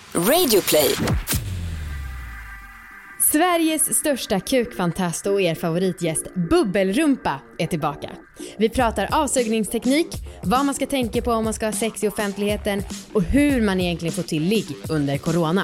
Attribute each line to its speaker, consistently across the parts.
Speaker 1: Radioplay.
Speaker 2: Sveriges största kukfantast och er favoritgäst Bubbelrumpa är tillbaka. Vi pratar avsugningsteknik, vad man ska tänka på om man ska ha sex i offentligheten och hur man egentligen får till ligg under corona.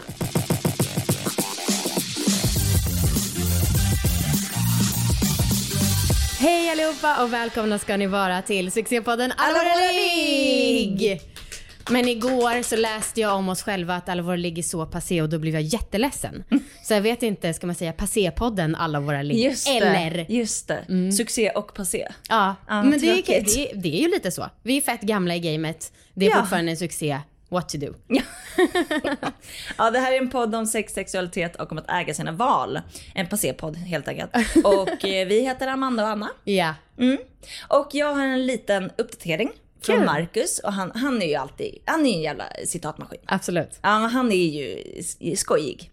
Speaker 2: Hej allihopa och välkomna ska ni vara till succépodden Alla våra ligg! Men igår så läste jag om oss själva att alla våra ligg är så passé och då blev jag jätteledsen. Så jag vet inte, ska man säga passépodden Alla våra ligg?
Speaker 3: Just det. Succé och passé.
Speaker 2: Ja, men det är ju lite så. Vi är fett gamla i gamet. Det är fortfarande en succé. What to do.
Speaker 3: Ja, det här är en podd om sex, sexualitet och om att äga sina val. En passé-podd helt enkelt. Och vi heter Amanda och Anna.
Speaker 2: Ja.
Speaker 3: Och jag har en liten uppdatering från Marcus. Och han är ju alltid, han är en jävla citatmaskin.
Speaker 2: Absolut.
Speaker 3: Ja, men han är ju skojig.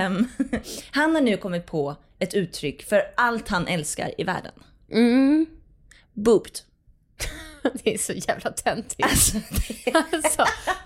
Speaker 3: Han har nu kommit på ett uttryck för allt han älskar i världen. Booped.
Speaker 2: Det är så jävla töntigt. Alltså,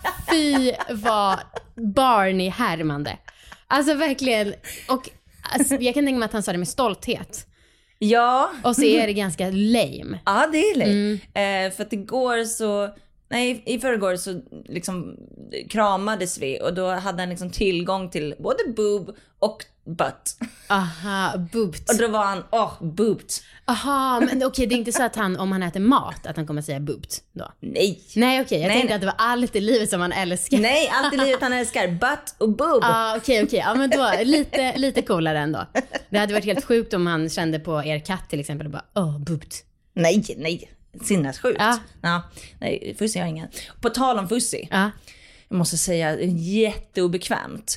Speaker 2: fy vad Barney härmande. Alltså verkligen. Och alltså, jag kan tänka mig att han sa det med stolthet.
Speaker 3: Ja.
Speaker 2: Och så är det ganska lame.
Speaker 3: Ja, det är lame. För att igår så... Nej, i förrgår så liksom kramades vi. Och då hade han liksom tillgång till både boob och butt.
Speaker 2: Aha, boobed.
Speaker 3: Och då var han, boobed.
Speaker 2: Aha, men okej, det är inte så att han, om han äter mat, att han kommer säga boobed då? Nej, okej, jag tänkte att det var allt i livet som han älskar.
Speaker 3: Nej, allt i livet han älskar, butt och boob.
Speaker 2: Okej, ja men då, lite coolare ändå. Det hade varit helt sjukt om han kände på er katt till exempel och bara, boobed.
Speaker 3: Nej. Sinnessjukt. Ja. Nej, Fussi har ingen. På tal om Fussi. Jag måste säga jätteobekvämt.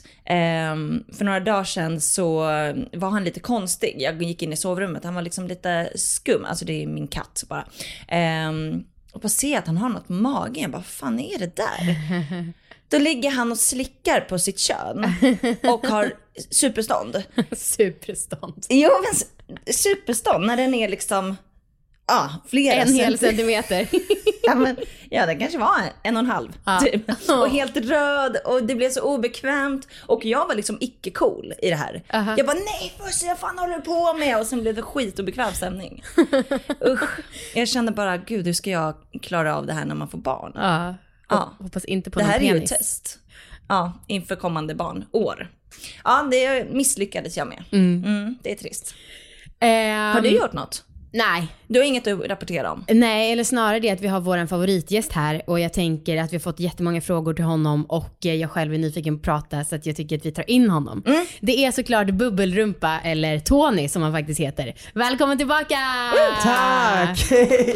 Speaker 3: För några dagar sedan så var han lite konstig. Jag gick in i sovrummet. Han var liksom lite skum. Alltså det är min katt bara. Och bara se att han har något på magen. Jag bara, vad fan är det där? Då ligger han och slickar på sitt kön. Och har superstånd.
Speaker 2: Superstånd?
Speaker 3: Jo, men superstånd. När den är liksom... flera
Speaker 2: en hel centimeter.
Speaker 3: Det kanske var 1,5 typ. Och helt röd. Och det blev så obekvämt. Och jag var liksom icke cool i det här. Jag bara, nej Fussi, vad fan håller du på med? Och sen blev det skitobekväm stämning. Usch. Jag kände bara, gud, hur ska jag klara av det här när man får barn?
Speaker 2: Hoppas inte på
Speaker 3: det
Speaker 2: någon
Speaker 3: här
Speaker 2: penis.
Speaker 3: är ju ett test. Inför kommande barnår. Det misslyckades jag med. Det är trist. Har du gjort något?
Speaker 2: Nej.
Speaker 3: Du har inget att rapportera om?
Speaker 2: Nej, eller snarare det att vi har våran favoritgäst här. Och jag tänker att vi har fått jättemånga frågor till honom. Och jag själv är nyfiken på att prata, så att jag tycker att vi tar in honom. Det är såklart Bubbelrumpa, eller Tony som han faktiskt heter. Välkommen tillbaka!
Speaker 4: Tack!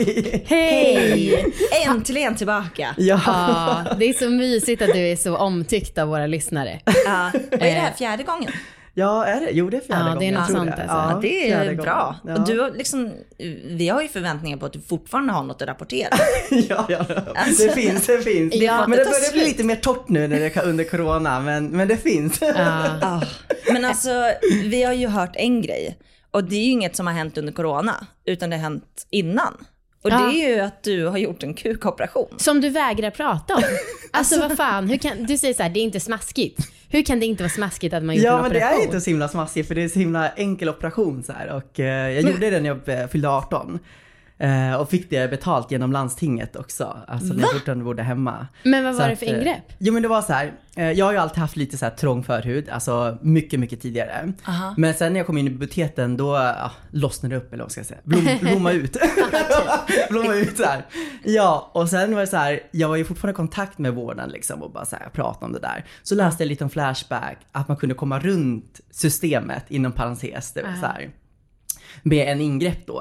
Speaker 2: Hej!
Speaker 3: Äntligen tillbaka!
Speaker 2: Ja, det är så mysigt att du är så omtyckt av våra lyssnare.
Speaker 3: Vad är det här, 4:e gången?
Speaker 4: Ja, är det? Jo, det är 4:e gången.
Speaker 2: Det är något sånt.
Speaker 3: Ja, det är bra.
Speaker 4: Ja.
Speaker 3: Och du har liksom, vi har ju förväntningar på att du fortfarande har något att rapportera.
Speaker 4: Ja. Alltså, det finns.
Speaker 2: Ja,
Speaker 4: men det börjar bli lite mer torrt nu när det under corona, men det finns.
Speaker 3: Men alltså, vi har ju hört en grej. Och det är ju inget som har hänt under corona, utan det har hänt innan. Och det är ju att du har gjort en kukoperation.
Speaker 2: Som du vägrar prata om. Alltså vad fan, hur kan du säger så här, det är inte smaskigt. Hur kan det inte vara smaskigt att man gjort en operation?
Speaker 4: Ja, men det är inte så himla smaskigt, för det är så himla enkel operation så här. Och jag gjorde den när jag fyllde 18. Och fick det betalt genom landstinget också. Alltså när jag fortfarande bodde hemma.
Speaker 2: Men vad var
Speaker 4: så
Speaker 2: det för ingrepp?
Speaker 4: Jo, men det var så här. Jag har ju alltid haft lite så här trång förhud. Alltså mycket tidigare. Men sen när jag kom in i puberteten, då lossnade det upp, eller vad ska jag säga. Blomma ut. Blomma ut så här. Ja, och sen var det så här. Jag var ju fortfarande i kontakt med vården liksom. Och bara så här, pratade om det där. Så läste jag lite om Flashback. Att man kunde komma runt systemet inom parentes. Det var så här. Med en ingrepp då.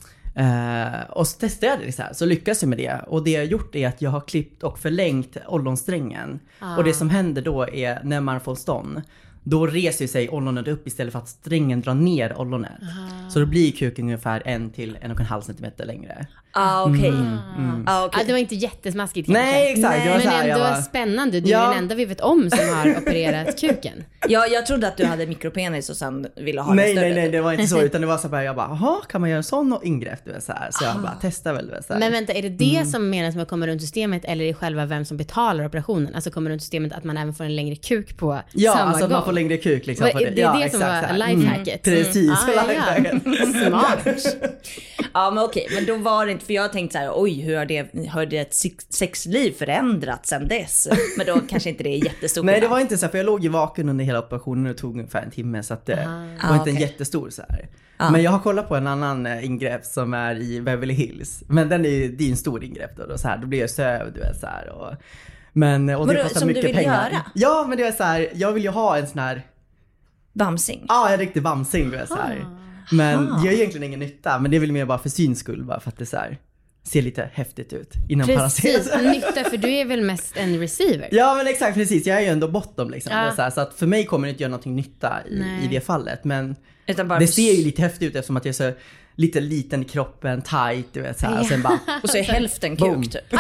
Speaker 4: Och så testade jag det så här, så lyckas jag med det. Och det jag har gjort är att jag har klippt och förlängt ollonsträngen. Och det som händer då är när man får stånd, då reser sig ollonet upp istället för att strängen drar ner ollonet. Så då blir kuken ungefär 1 till 1,5 centimeter längre.
Speaker 3: Okej.
Speaker 2: Det var inte jättesmaskigt.
Speaker 4: Nej, exakt.
Speaker 2: Men ändå spännande. Du är den enda vi vet om som har opererat kuken.
Speaker 3: Jag trodde att du hade mikropenis och sen ville ha det större.
Speaker 4: Nej, det var inte så. Utan det var så här, jag bara, jaha, kan man göra en sån ingrepp? Så jag bara, testar väl. Så här.
Speaker 2: Men vänta, är det som menas med att komma runt systemet eller är själva vem som betalar operationen? Alltså kommer runt systemet att man även får en längre kuk på samma
Speaker 4: alltså
Speaker 2: gång?
Speaker 4: Man får längre kuk liksom.
Speaker 2: Det är det som var lifehacket.
Speaker 4: Precis, lifehacket.
Speaker 2: Smart.
Speaker 3: Ja, men okej. Men då var det inte, för jag tänkte så här, oj, hur har det ett sexliv förändrats sen dess? Men då kanske inte det är jättestort.
Speaker 4: Nej, det var inte så här, för jag låg ju vaken under hela operationen och det tog ungefär en timme, så att det var inte en jättestor så här. Men jag har kollat på en annan ingrepp som är i Beverly Hills. Men det är en stor ingrepp då så här, då blir jag sövd, du vet så här, och det kostar mycket pengar. Göra? Ja, men det är så här, jag vill ju ha en sån här
Speaker 3: bamsing.
Speaker 4: Ja, en riktig bamsing, du vet så här. Men det gör egentligen ingen nytta, men det är väl mer bara för syns skull, bara för att det så här ser lite häftigt ut inom
Speaker 2: parentes. Nytta, för du är väl mest en receiver?
Speaker 4: Ja, men exakt, precis. Jag är ju ändå bottom liksom. Det är så här, så att för mig kommer det inte göra någonting nytta i det fallet, men det ser ju lite häftigt ut eftersom att jag är så lite liten i kroppen, tight, du vet så här, och sen bara
Speaker 3: och så är hälften kuk typ.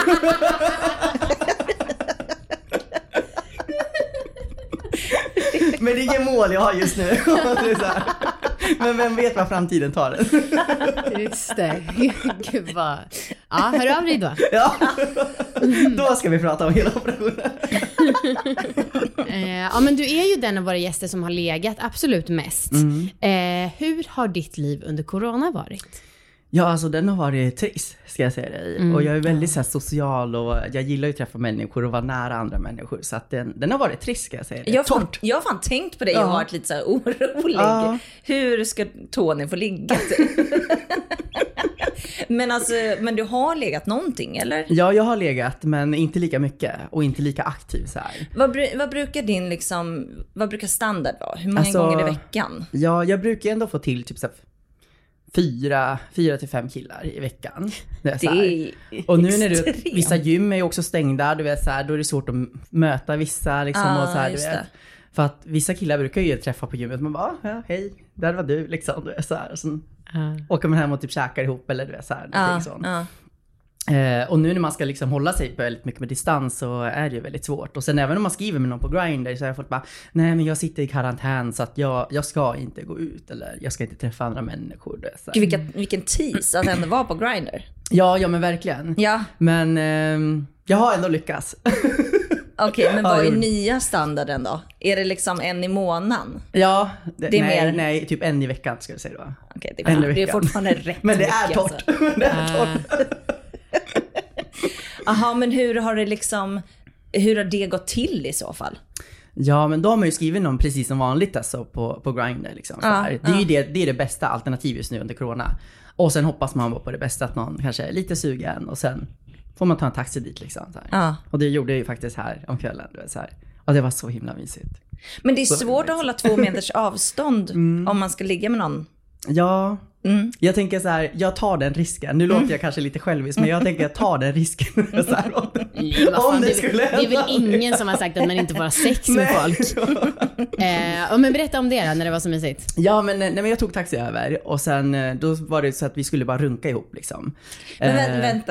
Speaker 4: Men det är ingen mål jag har just nu. Det är så här. Men vem vet vad framtiden tar den?
Speaker 2: Just det. Gud vad... Ja, hör av dig då.
Speaker 4: Ja, då ska vi prata om hela operationen.
Speaker 2: Ja, men du är ju den av våra gäster som har legat absolut mest. Hur har ditt liv under corona varit?
Speaker 4: Ja, alltså den har varit trist, ska jag säga dig. Och jag är väldigt så här, social och jag gillar ju att träffa människor och vara nära andra människor. Så att den har varit trist, ska jag säga dig.
Speaker 3: Jag har fan tänkt på det, jag har varit lite så här orolig. Hur ska Tony få ligga? Men du har legat någonting, eller?
Speaker 4: Ja, jag har legat, men inte lika mycket och inte lika aktiv så här.
Speaker 3: Vad brukar din liksom, vad brukar standard vara? Hur många gånger i veckan?
Speaker 4: Ja, jag brukar ändå få till typ så här 4 till 5 killar i veckan. Det är och nu när vissa gym är ju också stängda, du vet så här, då är det svårt att möta vissa liksom, och så här, du vet. För att vissa killar brukar ju träffa på gymmet, man bara, ja, hej, där var du liksom, du vet så här, och sen åker man hem och typ käkar ihop eller du vet så här, någonting sånt. Och nu när man ska liksom hålla sig på väldigt mycket med distans så är det ju väldigt svårt. Och sen även om man skriver med någon på Grindr så har jag fått bara, nej men jag sitter i karantän så att jag ska inte gå ut eller jag ska inte träffa andra människor. Så.
Speaker 3: Vilken tease att ändå vara på Grindr.
Speaker 4: Ja men verkligen. Ja. Men jag har ändå lyckats.
Speaker 3: Okej, men vad är nya standarden då? Är det liksom en i månaden?
Speaker 4: Ja, nej, typ en i veckan ska jag säga då.
Speaker 3: Okej, det är fortfarande rätt.
Speaker 4: Men det är torrt. Alltså. Det är torrt.
Speaker 3: Aha, men hur har det gått till i så fall?
Speaker 4: Ja, men då har man ju skrivit någon precis som vanligt alltså på Grindr liksom. Det är det bästa alternativet just nu under corona. Och sen hoppas man på det bästa, att någon kanske är lite sugen och sen får man ta en taxi dit liksom. Så här. Och det gjorde jag ju faktiskt här om kvällen. Så här. Och det var så himla mysigt.
Speaker 3: Men det är svårt att hålla 2 meters avstånd om man ska ligga med någon.
Speaker 4: Ja, jag tänker så här, jag tar den risken. Nu låter jag kanske lite självisk, men jag tänker jag tar den risken. Så här,
Speaker 2: om det skulle hända. Det är väl ingen som har sagt att man inte får ha sex med folk. Men berätta om det då, när det var så mysigt.
Speaker 4: Ja, men jag tog taxi över och sen då var det så att vi skulle bara runka ihop liksom.
Speaker 3: Men vänta.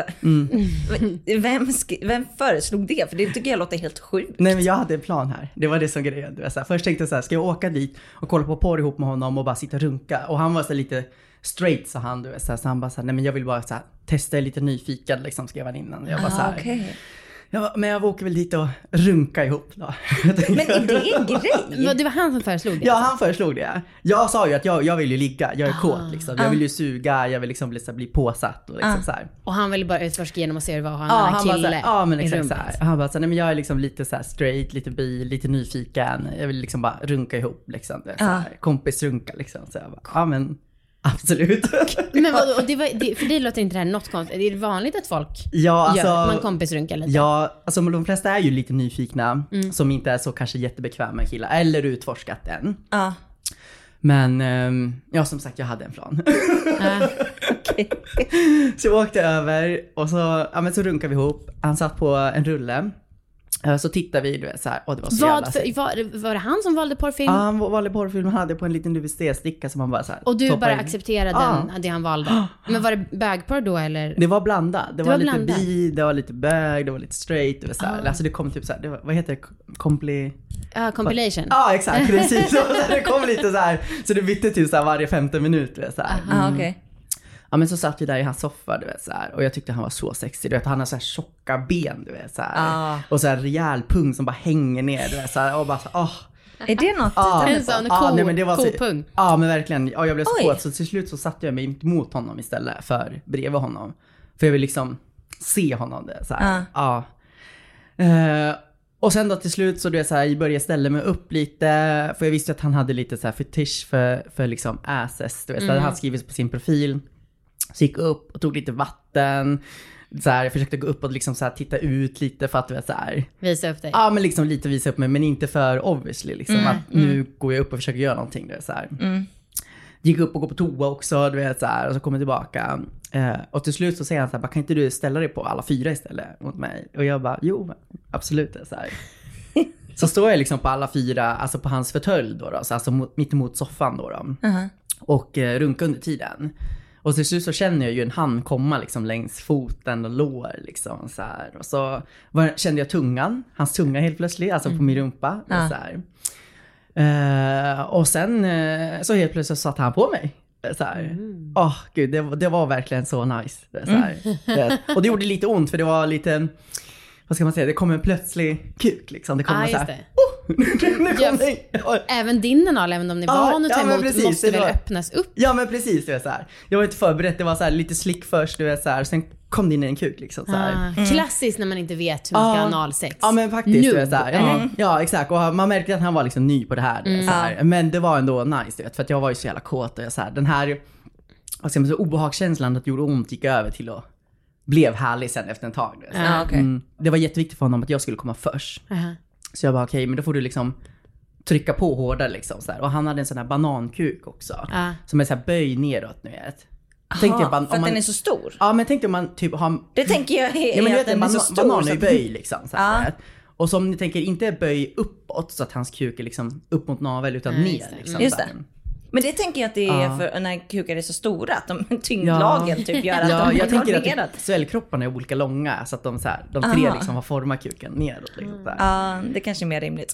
Speaker 3: Vem föreslog det? För det tycker jag låter helt sjukt.
Speaker 4: Nej, men jag hade en plan här. Det var det som grejen. Först tänkte jag så här, ska jag åka dit och kolla på porr ihop med honom och bara sitta och runka? Och han var så lite straight, sa han, du vet, så han bara så här, nej men jag vill bara så här, testa, lite nyfiken liksom, skrev han innan. Jag bara så här,
Speaker 3: okay.
Speaker 4: Ja, men jag åker väl dit och runka ihop då.
Speaker 3: Men är det en grej?
Speaker 2: Det var han som föreslog det?
Speaker 4: Ja, han föreslog det. Jag sa ju att jag vill ju ligga, jag är kåt liksom. Jag vill ju suga, jag vill liksom bli påsatt och liksom så här.
Speaker 2: Och han ville bara utforska genom att se vad han kille
Speaker 4: men exakt så här. Han bara så här, nej men jag är liksom lite så här straight, lite bi, lite nyfiken. Jag vill liksom bara runka ihop liksom, så här, kompisrunka liksom. Så jag bara, ja men absolut.
Speaker 2: Men vadå, för det låter inte det här något konstigt. Är det vanligt att folk man kompisrunkar lite? Ja,
Speaker 4: alltså de flesta är ju lite nyfikna, som inte är så kanske jättebekväma med killar eller utforskat än. Men som sagt, jag hade en plan.
Speaker 3: Okay.
Speaker 4: Så jag åkte över och så runkade vi ihop. Han satt på en rulle. Så tittar vi, du vet, så här, och det var så jävla
Speaker 2: var det han som valde porrfilm?
Speaker 4: Ja, han valde porrfilm. Han hade på en liten UVC-sticka som han bara så här.
Speaker 2: Och du bara accepterade det han valde. Men var det bögporr då eller?
Speaker 4: Det var blandat. Det var lite bi, det var lite bög, det var lite straight, det var så här. Alltså det kom typ så här, det var, vad heter det?
Speaker 2: Compilation.
Speaker 4: Ja, exakt, precis. Så det kom lite så här, så det bytte till så här varje 15 minuter så här.
Speaker 3: Okej.
Speaker 4: Ja, men så satt vi där i hans soffa, du vet, så här, och jag tyckte han var så sexig, du vet, han har så här tjocka ben, du vet, så här, och så här rejäl pung som bara hänger ner, du vet, så här, och bara så
Speaker 3: Är det något?
Speaker 2: En sån kopung.
Speaker 4: Ja, men verkligen, jag blev så kåt, så till slut så satte jag mig mot honom istället för bredvid honom, för jag vill liksom se honom, det, så här. Och sen då till slut så, du vet, så här, jag började ställa mig upp lite, för jag visste att han hade lite så här fetisch för liksom asses, du vet, så hade han skrivit på sin profil. Så gick upp och tog lite vatten. Så här, jag försökte gå upp och liksom så här, titta ut lite för att, du vet, så här.
Speaker 2: Visa upp dig.
Speaker 4: Ja, men liksom lite visa upp mig, men inte för obviously liksom, att nu går jag upp och försöker göra någonting, du vet, så här. Gick upp och gå på toa också, du vet, så här, och så kommer jag tillbaka. Och till slut så säger han så här, kan inte du ställa dig på alla 4 istället mot mig? Och jag bara, jo, absolut, så här. Så står jag liksom på alla 4, alltså på hans fåtölj då, alltså mitt emot soffan då. Och runka under tiden. Och till slut så känner jag ju en hand komma liksom längs foten och lår liksom så här. Och så kände jag hans tunga helt plötsligt, alltså på min rumpa. Så här. Och sen så helt plötsligt satt han på mig. Så här. Gud, det var verkligen så nice. Så här. Och det gjorde lite ont, för det var lite, vad ska man säga, det kom en plötslig kuk liksom. Det kom så här.
Speaker 2: Även din anal, även om ni var att ta emot, måste väl öppnas upp.
Speaker 4: Ja, men precis, det var så här. Jag var inte förberett, det var så här lite slick först, du vet, så här. Sen kom det in i en kuk liksom så här.
Speaker 2: Klassiskt när man inte vet hur man ska ha analsex.
Speaker 4: Ja, men faktiskt, du vet, så här. Ja, exakt. Och man märkte att han var liksom ny på det här, så här. Men det var ändå nice, du vet, för att jag var ju så jävla kåt och jag så här, den här, vad ska man säga, obehagskänslan att gjorde ont gick över till att blev härlig sen efter en tag. Det var jätteviktigt för honom att jag skulle komma först. Så jag bara, okej, men då får du liksom trycka på hårdare liksom så här. Och han hade en sån här banankuk också. Som är så här böj neråt, nu vet.
Speaker 3: Tänkte jag bara, för att den är så stor.
Speaker 4: Ja, men tänkte man typ har...
Speaker 3: Det tänker jag
Speaker 4: är men
Speaker 3: att den är så stor.
Speaker 4: Banan är böj liksom så här. Och som ni tänker, inte böj uppåt så att hans kuk är liksom upp mot navel, utan ner liksom.
Speaker 3: Just det. Men det tänker jag att det är för när kukar är så stora, att de tyngdlagen typ gör att de
Speaker 4: jag tänker att svällkropparna är olika långa, så att de, så här, de 3 liksom har format kuken neråt. Liksom,
Speaker 3: det kanske är mer rimligt.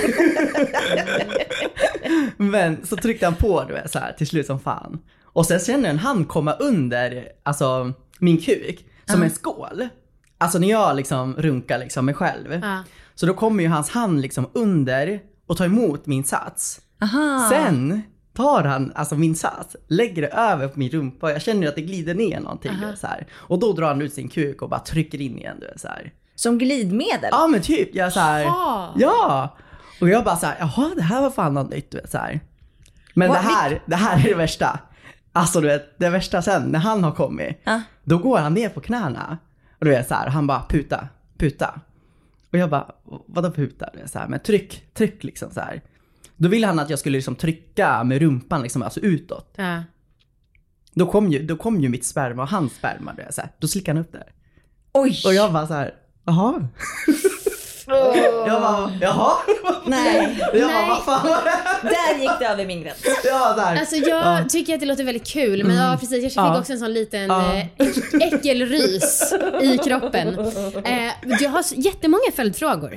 Speaker 4: Men så tryckte han på, du vet, så här, till slut som fan. Och sen känner en hand komma under, alltså min kuk, som en skål. Alltså när jag liksom runkar liksom mig själv. Så då kommer ju hans hand liksom under och tar emot min sats. Sen tar han alltså min sats, lägger det över på min rumpa och jag känner att det glider ner någonting så här. Och då drar han ut sin kuk och bara trycker in igen, du vet, så här.
Speaker 3: Som glidmedel?
Speaker 4: Ja, men typ, jag så här. Ja. Och jag bara så här, jaha, det här var fan något nytt, du vet, så här. Men det här är det värsta. Alltså, du vet, det värsta sen när han har kommit, då går han ner på knäna. Och du vet så här, han bara puta. Och jag bara, vadå puta? Du vet, så här, men tryck liksom så här. Då ville han att jag skulle liksom trycka med rumpan liksom, alltså utåt. Då kom ju mitt sperma och hans sperma, du vet, så här. Då slickade han upp det.
Speaker 3: Oj.
Speaker 4: Och jag bara så här, jaha. Jag bara, jaha.
Speaker 3: Nej.
Speaker 4: Jag bara, vad fan var det?
Speaker 3: Där gick det över min gräns.
Speaker 4: Ja, där.
Speaker 2: Alltså jag tycker att det låter väldigt kul, men ja, precis, jag fick också en sån liten äckelrys i kroppen. Jag har jättemånga följdfrågor.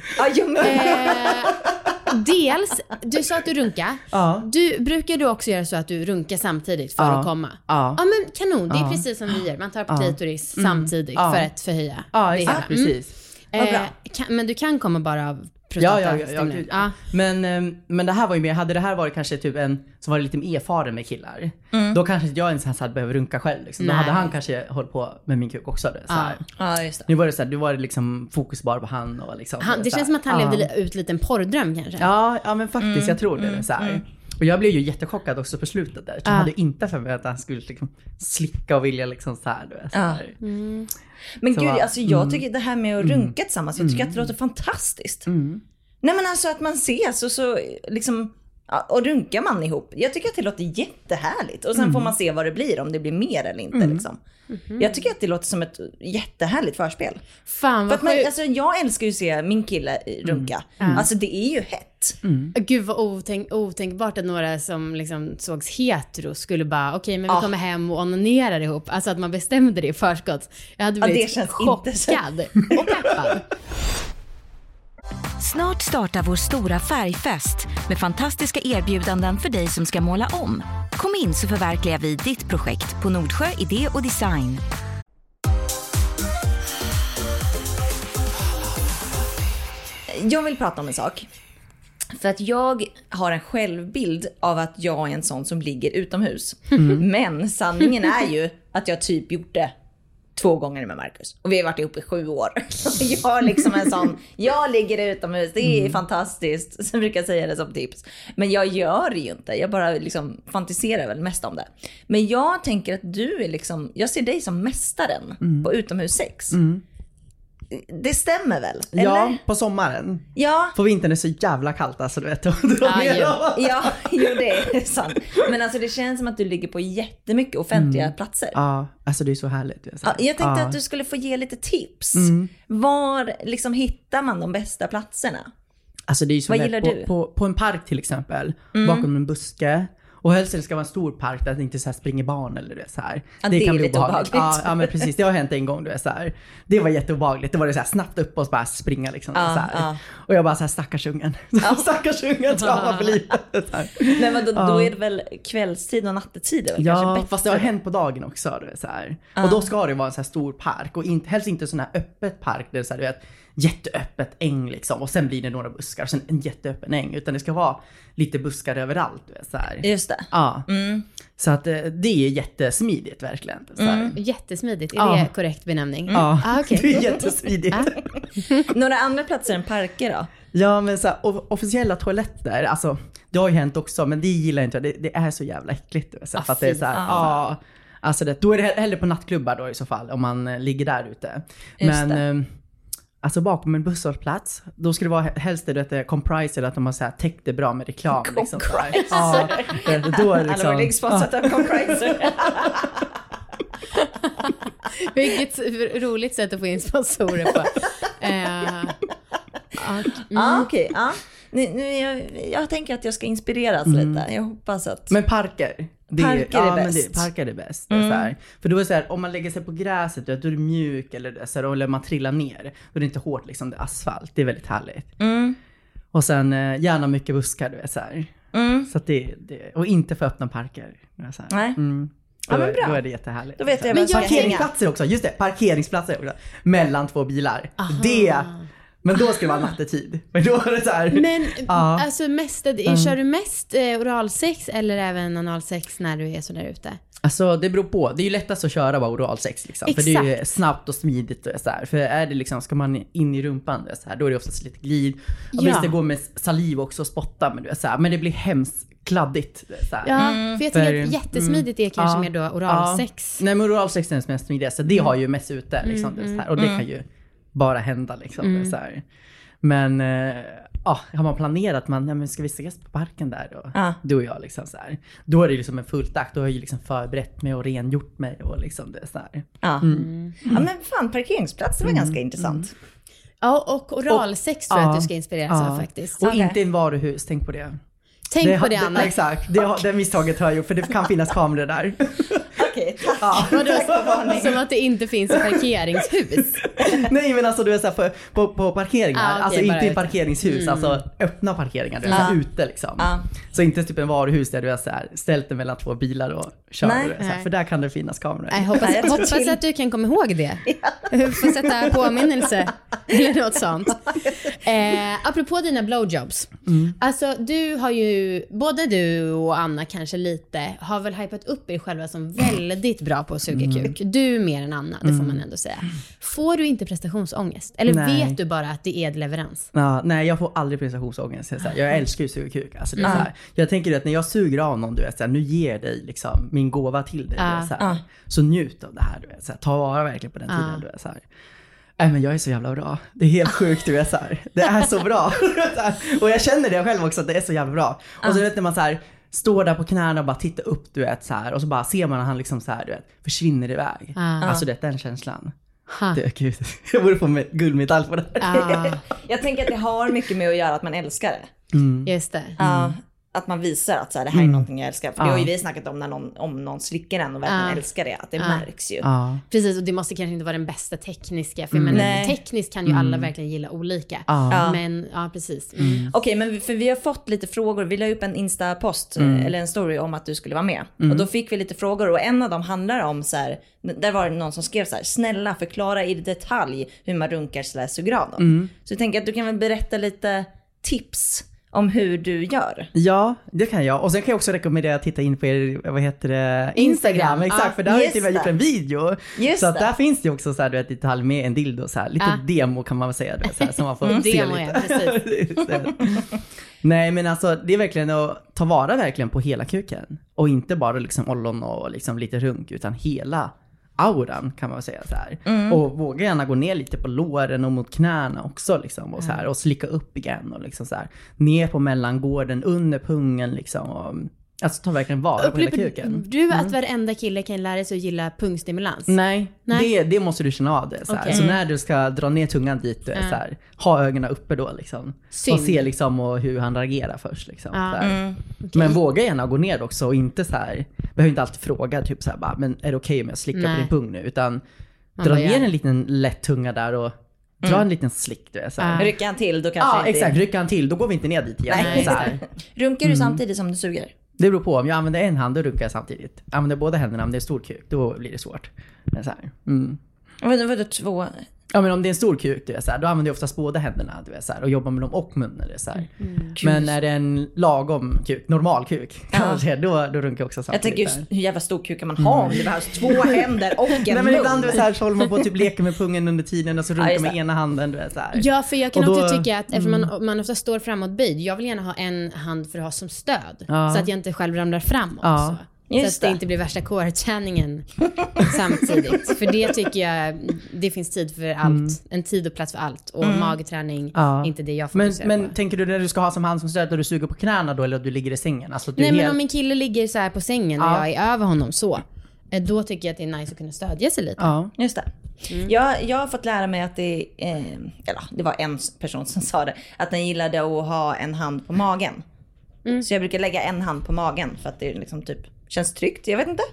Speaker 2: Dels, du sa att du runkar. Brukar du också göra så att du runkar samtidigt för att komma? Ja, men kanon, det är precis som vi gör. Man tar på klitoris samtidigt för att förhöja.
Speaker 4: Ja, exakt, precis.
Speaker 2: Men du kan komma bara av
Speaker 4: prostatastämning. Men det här var ju mer, hade det här varit kanske typ en som var lite mer erfaren med killar, då kanske jag ens hade behövt runka själv liksom. Då hade han kanske hållit på med min kuk också så här.
Speaker 3: Just det.
Speaker 4: Nu var det så här, du var liksom fokus bara på han och liksom
Speaker 2: det känns som att han levde ut lite en porrdröm kanske.
Speaker 4: Ja, men faktiskt jag tror det så här. Och jag blev ju jättechockad också på slutet där. Jag hade inte förväntat att han skulle liksom slicka och vilja liksom så här, du vet, så här.
Speaker 3: Men så, gud, alltså jag tycker det här med att runka tillsammans, jag tycker att det låter fantastiskt. Nej, men alltså att man ses och så liksom och runkar man ihop. Jag tycker att det låter jättehärligt. Och sen får man se vad det blir, om det blir mer eller inte liksom. Jag tycker att det låter som ett jättehärligt förspel.
Speaker 2: Fan vad
Speaker 3: alltså, jag älskar ju att se min kille runka. Alltså det är ju hett.
Speaker 2: Gud vad otänkbart att några som liksom sågs hetero skulle bara okej, men vi kommer hem och onanerar ihop. Alltså att man bestämde det i förskott. Jag hade blivit chockad och peppad.
Speaker 1: Snart startar vår stora färgfest med fantastiska erbjudanden för dig som ska måla om. Kom in så förverkligar vi ditt projekt på Nordsjö Idé och Design.
Speaker 3: Jag vill prata om en sak. För att jag har en självbild av att jag är en sån som ligger utomhus. Men sanningen är ju att jag typ gjort det 2 gånger med Marcus. Och vi har varit ihop i 7 år. Jag är liksom en sån, jag ligger utomhus, det är fantastiskt. Så brukar jag säga det som tips. Men jag gör det ju inte. Jag bara liksom fantiserar väl mest om det. Men jag tänker att du är liksom, jag ser dig som mästaren på utomhussex. Det stämmer väl? Eller?
Speaker 4: Ja, på sommaren.
Speaker 3: Ja.
Speaker 4: På vintern är det så jävla kallt alltså, du vet.
Speaker 3: Ja, det är sant. Men alltså det känns som att du ligger på jättemycket offentliga platser.
Speaker 4: Ja, alltså det är så härligt.
Speaker 3: Jag tänkte att du skulle få ge lite tips. Var liksom hittar man de bästa platserna?
Speaker 4: Alltså det är ju så.
Speaker 3: Vad gillar du?
Speaker 4: På en park till exempel, bakom en buske. Och helst det ska vara en stor park där det inte så här springer barn eller så här.
Speaker 3: Ja, det kan bli lite obehagligt.
Speaker 4: Ja, men precis. Det har hänt en gång, du vet så här. Det var jätteobehagligt. Det var det så här snabbt upp och bara springa liksom så här. Och jag bara så här stackars ungen. Stackars ungen trauma för livet.
Speaker 3: Nej, men då är det väl kvällstid och nattetid väl?
Speaker 4: Ja, fast det har hänt på dagen också, du vet så här. Och då ska det vara en så här stor park och helst inte sån här öppet park där det så här, du vet, jätteöppet äng liksom, och sen blir det några buskar och sen en jätteöppen äng, utan det ska vara lite buskar överallt, du vet, så här.
Speaker 3: Just det.
Speaker 4: Ja. Så att det är jättesmidigt verkligen. Så här.
Speaker 2: Jättesmidigt, är det korrekt benämning?
Speaker 4: Ja,
Speaker 2: okay.
Speaker 4: Det är jättesmidigt.
Speaker 3: Några andra platser än parker då?
Speaker 4: Ja, men så här, officiella toaletter, alltså det har ju hänt också, men det gillar jag inte. Det är så jävla äckligt. Så här, för att det är så här, alltså då är det hellre på nattklubbar då i så fall, om man ligger där ute. Men alltså bakom en busshållplats, då skulle det vara helst det att Compriser, att de har så här täckt det bra med reklam. Liksom, ja, då är det liksom...
Speaker 3: Allvarlig sponsrat av Compriser.
Speaker 2: Vilket roligt sätt att få in sponsorer på.
Speaker 3: Okej. Jag tänker att jag ska inspireras lite. Jag hoppas att...
Speaker 4: Men parker.
Speaker 3: Parker är bäst.
Speaker 4: Parker är bäst. Så här. För då är det så här, om man lägger sig på gräset, då är det mjuk eller så här, eller man trillar ner, då är det inte hårt liksom, det är asfalt. Det är väldigt härligt. Och sen gärna mycket buskar, du vet så här. Så att det och inte för öppna parker. Så här.
Speaker 3: Nej.
Speaker 4: Då, men bra. Då är det jättehärligt.
Speaker 3: Då vet jag
Speaker 4: men parkeringsplatser också, just det, parkeringsplatser också. Mellan 2 bilar. Men då ska det vara nattetid. Men då är det så här.
Speaker 2: Men alltså kör du mest oralsex eller även analsex när du är så där ute?
Speaker 4: Alltså det beror på. Det är ju lättast att köra bara oralsex liksom. För det är ju snabbt och smidigt och så här. För är det liksom, ska man in i rumpan så här, då är det oftast lite glid. Och visst, det går med saliv också och spotta, men du är så här, men det blir hemskt kladdigt så här.
Speaker 2: Ja, för jag tycker att jättesmidigt är kanske mer då oralsex.
Speaker 4: Nej, men oralsex är den mest smidiga, så det har ju mest ute liksom, det så här. Och det kan ju bara hända liksom, så här. Men har man planerat men ska vi ses på parken där då? Du och jag liksom så här. Då är det liksom en fullt akt. Då har jag ju liksom förberett mig och rengjort mig och liksom det så här.
Speaker 3: Ja men fan, parkeringsplatser var ganska intressant.
Speaker 2: Ja, och oralsex tror jag att du ska inspireras av faktiskt.
Speaker 4: Och inte en varuhus, tänk på det.
Speaker 2: Tänk på det, Anna.
Speaker 4: Exakt, det misstaget har jag gjort, för det kan finnas kameror där.
Speaker 3: Okej, tack.
Speaker 2: Som att det inte finns parkeringshus.
Speaker 4: Nej, men alltså du är så här, på parkeringar, alltså inte i parkeringshus, alltså öppna parkeringar, du är så här, ute liksom. Så inte typ en varuhus där du är så här, ställt dig mellan 2 bilar och kör så här, för där kan det finnas kameror.
Speaker 2: Jag hoppas att du kan komma ihåg det. Få sätta påminnelse eller något sånt. Apropå dina blowjobs. Alltså du har ju, både du och Anna kanske lite, har väl hypat upp er själva som väldigt bra på att suga kuk. Du mer än Anna, det får man ändå säga. Får du inte prestationsångest? Eller vet du bara att det är leverans?
Speaker 4: Nej, jag får aldrig prestationsångest. Jag älskar ju suga kuk. Alltså, det är så här. Jag tänker att när jag suger av någon, du vet, så här, nu ger dig liksom min gåva till dig. Så njut av det här, du vet, så här, ta vara verkligen på den tiden. Du vet, så här. Nej, men jag är så jävla bra. Det är helt sjukt, du vet så här. Det är så bra. Och jag känner det själv också, att det är så jävla bra. Och så vet när man så här står där på knäna och bara tittar upp, du vet så här. Och så bara ser man att han liksom så här, du vet, försvinner iväg. Alltså det är den känslan. Gud, jag borde få med guldmedalj på det.
Speaker 3: Jag tänker att det har mycket med att göra att man älskar det.
Speaker 2: Just det.
Speaker 3: Att man visar att så här, det här är någonting jag älskar. För det har ju vi snackat om när någon slickar en och verkligen älskar det. Att det märks ju.
Speaker 2: Precis, och det måste kanske inte vara den bästa tekniska. För tekniskt kan ju alla verkligen gilla olika. Men precis.
Speaker 3: Okej, men för vi har fått lite frågor. Vi la upp en Insta-post eller en story om att du skulle vara med. Och då fick vi lite frågor. Och en av dem handlar om så här, där var det någon som skrev så här: snälla förklara i detalj hur man runkar /sugrado. Så jag tänker att du kan väl berätta lite tips om hur du gör.
Speaker 4: Ja, det kan jag. Och sen kan jag också rekommendera att titta in på er, vad heter det? Instagram. Exakt, för där har jag gjort en video. Så att där finns det också så här, du vet, detalj med en dildo så här. Lite demo kan man väl säga, du vet, så här, som man får se
Speaker 2: demo,
Speaker 4: lite.
Speaker 2: Precis.
Speaker 4: Nej, men alltså det är verkligen att ta vara verkligen på hela kuken. Och inte bara liksom ollon och liksom lite runk, utan hela auran kan man säga så här. Och våga gärna gå ner lite på låren och mot knäna också liksom, och så här, och slicka upp igen och liksom så här ner på mellangården under pungen liksom, och alltså ta verkligen vara på hela kuken.
Speaker 2: Du att varenda kille kan lära sig att gilla pungstimulans?
Speaker 4: Nej. Det måste du känna av det så här. Okay. Så när du ska dra ner tungan dit, så här, ha ögonen uppe då liksom. Och se liksom och hur han reagerar först liksom, så här. Okay. Men våga gärna gå ner också och inte så här, behöver inte alltid fråga typ så här, bara, men är det okej om jag slickar på din pung nu, utan dra ner en liten lätt tunga där och dra en liten slick, du är så här.
Speaker 3: Rycka han till då kanske inte.
Speaker 4: Exakt, rycka han till, då går vi inte ner dit igen.
Speaker 3: Nej,
Speaker 4: så här.
Speaker 3: Runkar du samtidigt som du suger?
Speaker 4: Det beror på, om jag använder en hand då runkar jag samtidigt. Använder båda händerna, om det är stor kuk, då blir det svårt. Men så här.
Speaker 3: Vadå två?
Speaker 4: Ja, men om det är en stor kuk, du vet, så här, då använder jag oftast båda händerna, du vet, så här, och jobbar med dem och munnen, så här. Men är det en lagom kuk, normal kuk, kanske, då runkar jag också samtidigt.
Speaker 3: Jag tänker just hur jävla stor kuk kan man ha om det behövs 2 händer och en mun.
Speaker 4: Nej, men ibland du vet, så här, så håller man på typ leker med pungen under tiden och så runkar med ena handen, du vet, så här.
Speaker 2: Ja, för jag kan också tycka att eftersom man ofta står framåt böjd, jag vill gärna ha en hand för att ha som stöd, så att jag inte själv ramlar framåt så. Så att det inte blir värsta core-träningen samtidigt. För det tycker jag, det finns tid för allt. En tid och plats för allt. Och magträning, inte det jag fokuserar på.
Speaker 4: Men tänker du när du ska ha som hand som stöd och du suger på knäna då, eller att du ligger i sängen? Alltså,
Speaker 2: nej, men om min kille ligger så här på sängen och jag är över honom så, då tycker jag att det är nice att kunna stödja sig lite.
Speaker 3: Ja, just det. Jag har fått lära mig att det var en person som sa det, att den gillade att ha en hand på magen. Så jag brukar lägga en hand på magen för att det är liksom typ känns tryggt, jag vet inte.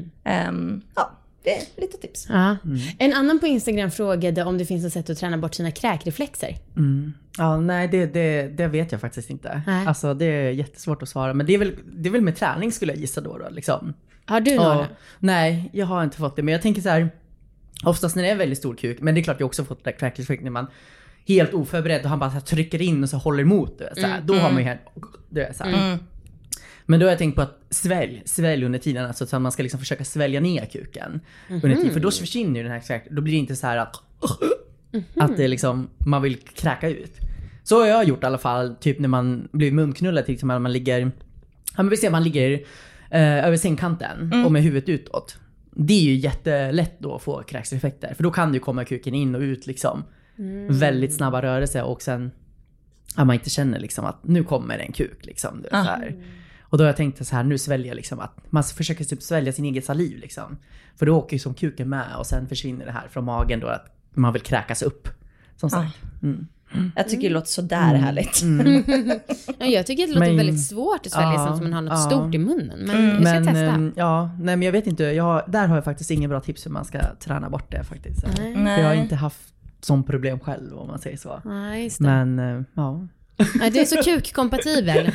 Speaker 3: Det är lite tips.
Speaker 2: En annan på Instagram frågade om det finns ett sätt att träna bort sina kräkreflexer.
Speaker 4: Ja, nej, det vet jag faktiskt inte. Alltså det är jättesvårt att svara. Men det är väl med träning skulle jag gissa då liksom.
Speaker 2: Har du några?
Speaker 4: Nej, jag har inte fått det. Men jag tänker så här, oftast när det är en väldigt stor kuk, men det är klart jag också fått kräkreflex när man helt oförberedd och han bara så här trycker in och så håller emot det, så här. Då har man ju det så här. Men då har jag tänkt på att svälj under tiden, alltså så att man ska liksom försöka svälja ner kuken under tiden, för då försvinner ju den här, då blir det inte så här att det liksom man vill kräka ut. Så har jag gjort i alla fall, typ när man blir munknullad, till exempel man ligger, ja men vi ser man ligger över sängkanten och med huvudet utåt. Det är ju jättelätt då att få kräkseffekter, för då kan det ju komma kuken in och ut liksom. Väldigt snabba rörelser, och sen att man inte känner liksom att nu kommer en kuk liksom, så här. Och då har jag tänkt så här, nu sväljer liksom att man försöker typ svälja sin egen saliv liksom. För då åker ju som kuken med, och sen försvinner det här från magen då, att man vill kräkas upp. Som sagt.
Speaker 3: Jag tycker det låter så där härligt.
Speaker 2: Jag tycker det låter väldigt svårt att svälja som man har något stort i munnen. Men jag ska testa.
Speaker 4: Nej, men jag vet inte. Där har jag faktiskt ingen bra tips hur man ska träna bort det faktiskt.
Speaker 3: Nej.
Speaker 4: Jag har inte haft som problem själv, om man säger så.
Speaker 2: Nej, just det.
Speaker 4: Men
Speaker 2: du är så kukkompatibel.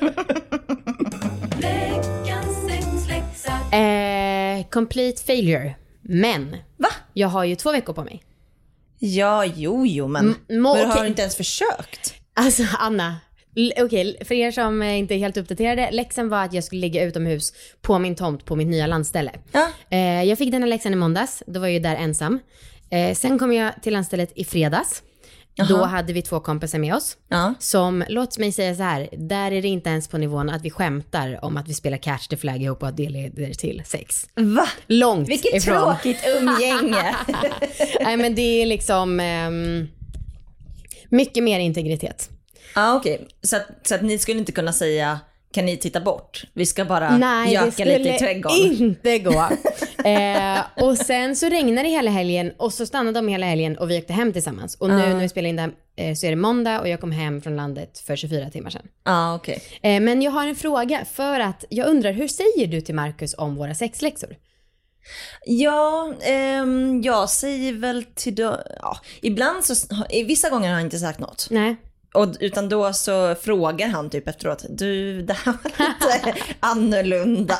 Speaker 2: Complete failure. Men jag har ju 2 veckor på mig.
Speaker 3: Ja, jo, men har du inte ens försökt?
Speaker 2: Alltså Anna, okej, för er som inte är helt uppdaterade, läxan var att jag skulle ligga utomhus på min tomt på mitt nya landställe. Jag fick den här läxan i måndags, då var jag ju där ensam. Sen kom jag till landstället i fredags. Då hade vi 2 kompisar med oss som, låt mig säga så här, där är det inte ens på nivån att vi skämtar om att vi spelar catch the flag ihop och att det leder till sex.
Speaker 3: Va?
Speaker 2: Långt
Speaker 3: Vilket
Speaker 2: ifrån.
Speaker 3: tråkigt umgänge.
Speaker 2: Nej, men det är liksom mycket mer integritet.
Speaker 3: Okej. Så att ni skulle inte kunna säga, kan ni titta bort? Vi ska bara göka lite i trädgården.
Speaker 2: Nej, det skulle inte gå. Och sen så regnade det hela helgen och så stannade de hela helgen och vi åkte hem tillsammans. Och nu när vi spelar in det här, så är det måndag och jag kom hem från landet för 24 timmar sedan.
Speaker 3: Okej.
Speaker 2: Men jag har en fråga, för att jag undrar, hur säger du till Marcus om våra sexläxor?
Speaker 3: Ja, jag säger väl till ibland så, vissa gånger har jag inte sagt något.
Speaker 2: Nej.
Speaker 3: Utan då så frågar han typ efteråt, du, det här var lite annorlunda.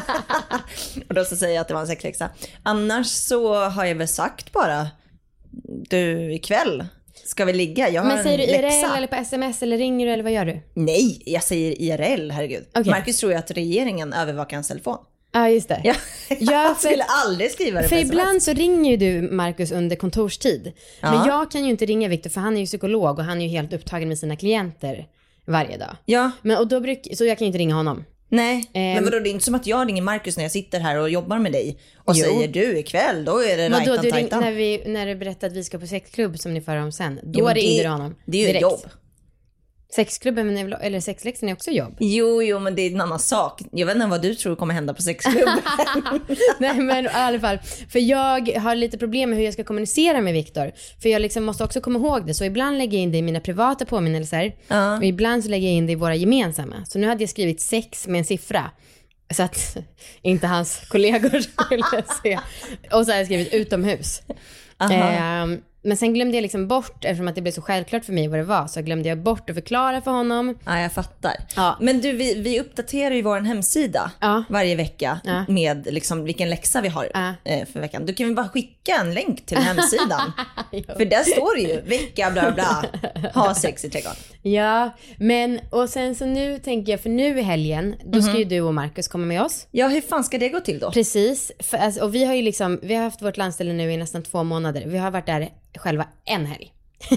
Speaker 3: Och då så säger jag att det var en sexläxa. Annars så har jag väl sagt bara, du, ikväll ska vi ligga, jag har en läxa. Men säger du
Speaker 2: IRL eller på sms eller ringer du eller vad gör du?
Speaker 3: Nej, jag säger IRL, herregud. Okay. Marcus tror ju att regeringen övervakar hans telefon.
Speaker 2: Ja, just det.
Speaker 3: Ja, jag skulle aldrig skriva det.
Speaker 2: För ibland så ringer ju du Marcus under kontorstid. Men jag kan ju inte ringa Victor, för han är ju psykolog och han är ju helt upptagen med sina klienter varje dag.
Speaker 3: Ja.
Speaker 2: Men, så jag kan ju inte ringa honom.
Speaker 3: Nej, men vadå, det är inte som att jag ringer Marcus när jag sitter här och jobbar med dig och säger du ikväll, då är det rajtan-tajtan.
Speaker 2: När du berättade att vi ska på sexklubb som ni förra om sen, då ringde du honom.
Speaker 3: Det är ju direkt. Jobb.
Speaker 2: Sexklubben eller sexläxan är också jobb.
Speaker 3: Jo, men det är en annan sak. Jag vet inte vad du tror kommer hända på sexklubben.
Speaker 2: Nej, men i alla fall. För jag har lite problem med hur jag ska kommunicera med Victor. För jag liksom måste också komma ihåg det. Så ibland lägger jag in det i mina privata påminnelser. Och ibland så lägger jag in det i våra gemensamma. Så nu hade jag skrivit 6 med en siffra. Så att inte hans kollegor skulle se. Och så har jag skrivit utomhus. Men sen glömde jag liksom bort, eftersom att det blev så självklart för mig vad det var, så glömde jag bort att förklara för honom.
Speaker 3: Ja, jag fattar. Ja. Men du, vi uppdaterar ju vår hemsida varje vecka med liksom vilken läxa vi har för veckan. Då kan vi bara skicka en länk till hemsidan. För där står det ju, vecka bla bla, ha sex i trädgården.
Speaker 2: Ja, men och sen så nu tänker jag, för nu i helgen, då ska ju du och Marcus komma med oss.
Speaker 3: Ja, hur fan ska det gå till då?
Speaker 2: Precis, för, alltså, och vi har ju liksom, vi har haft vårt landställe nu i nästan 2 månader. Vi har varit där själva en helg.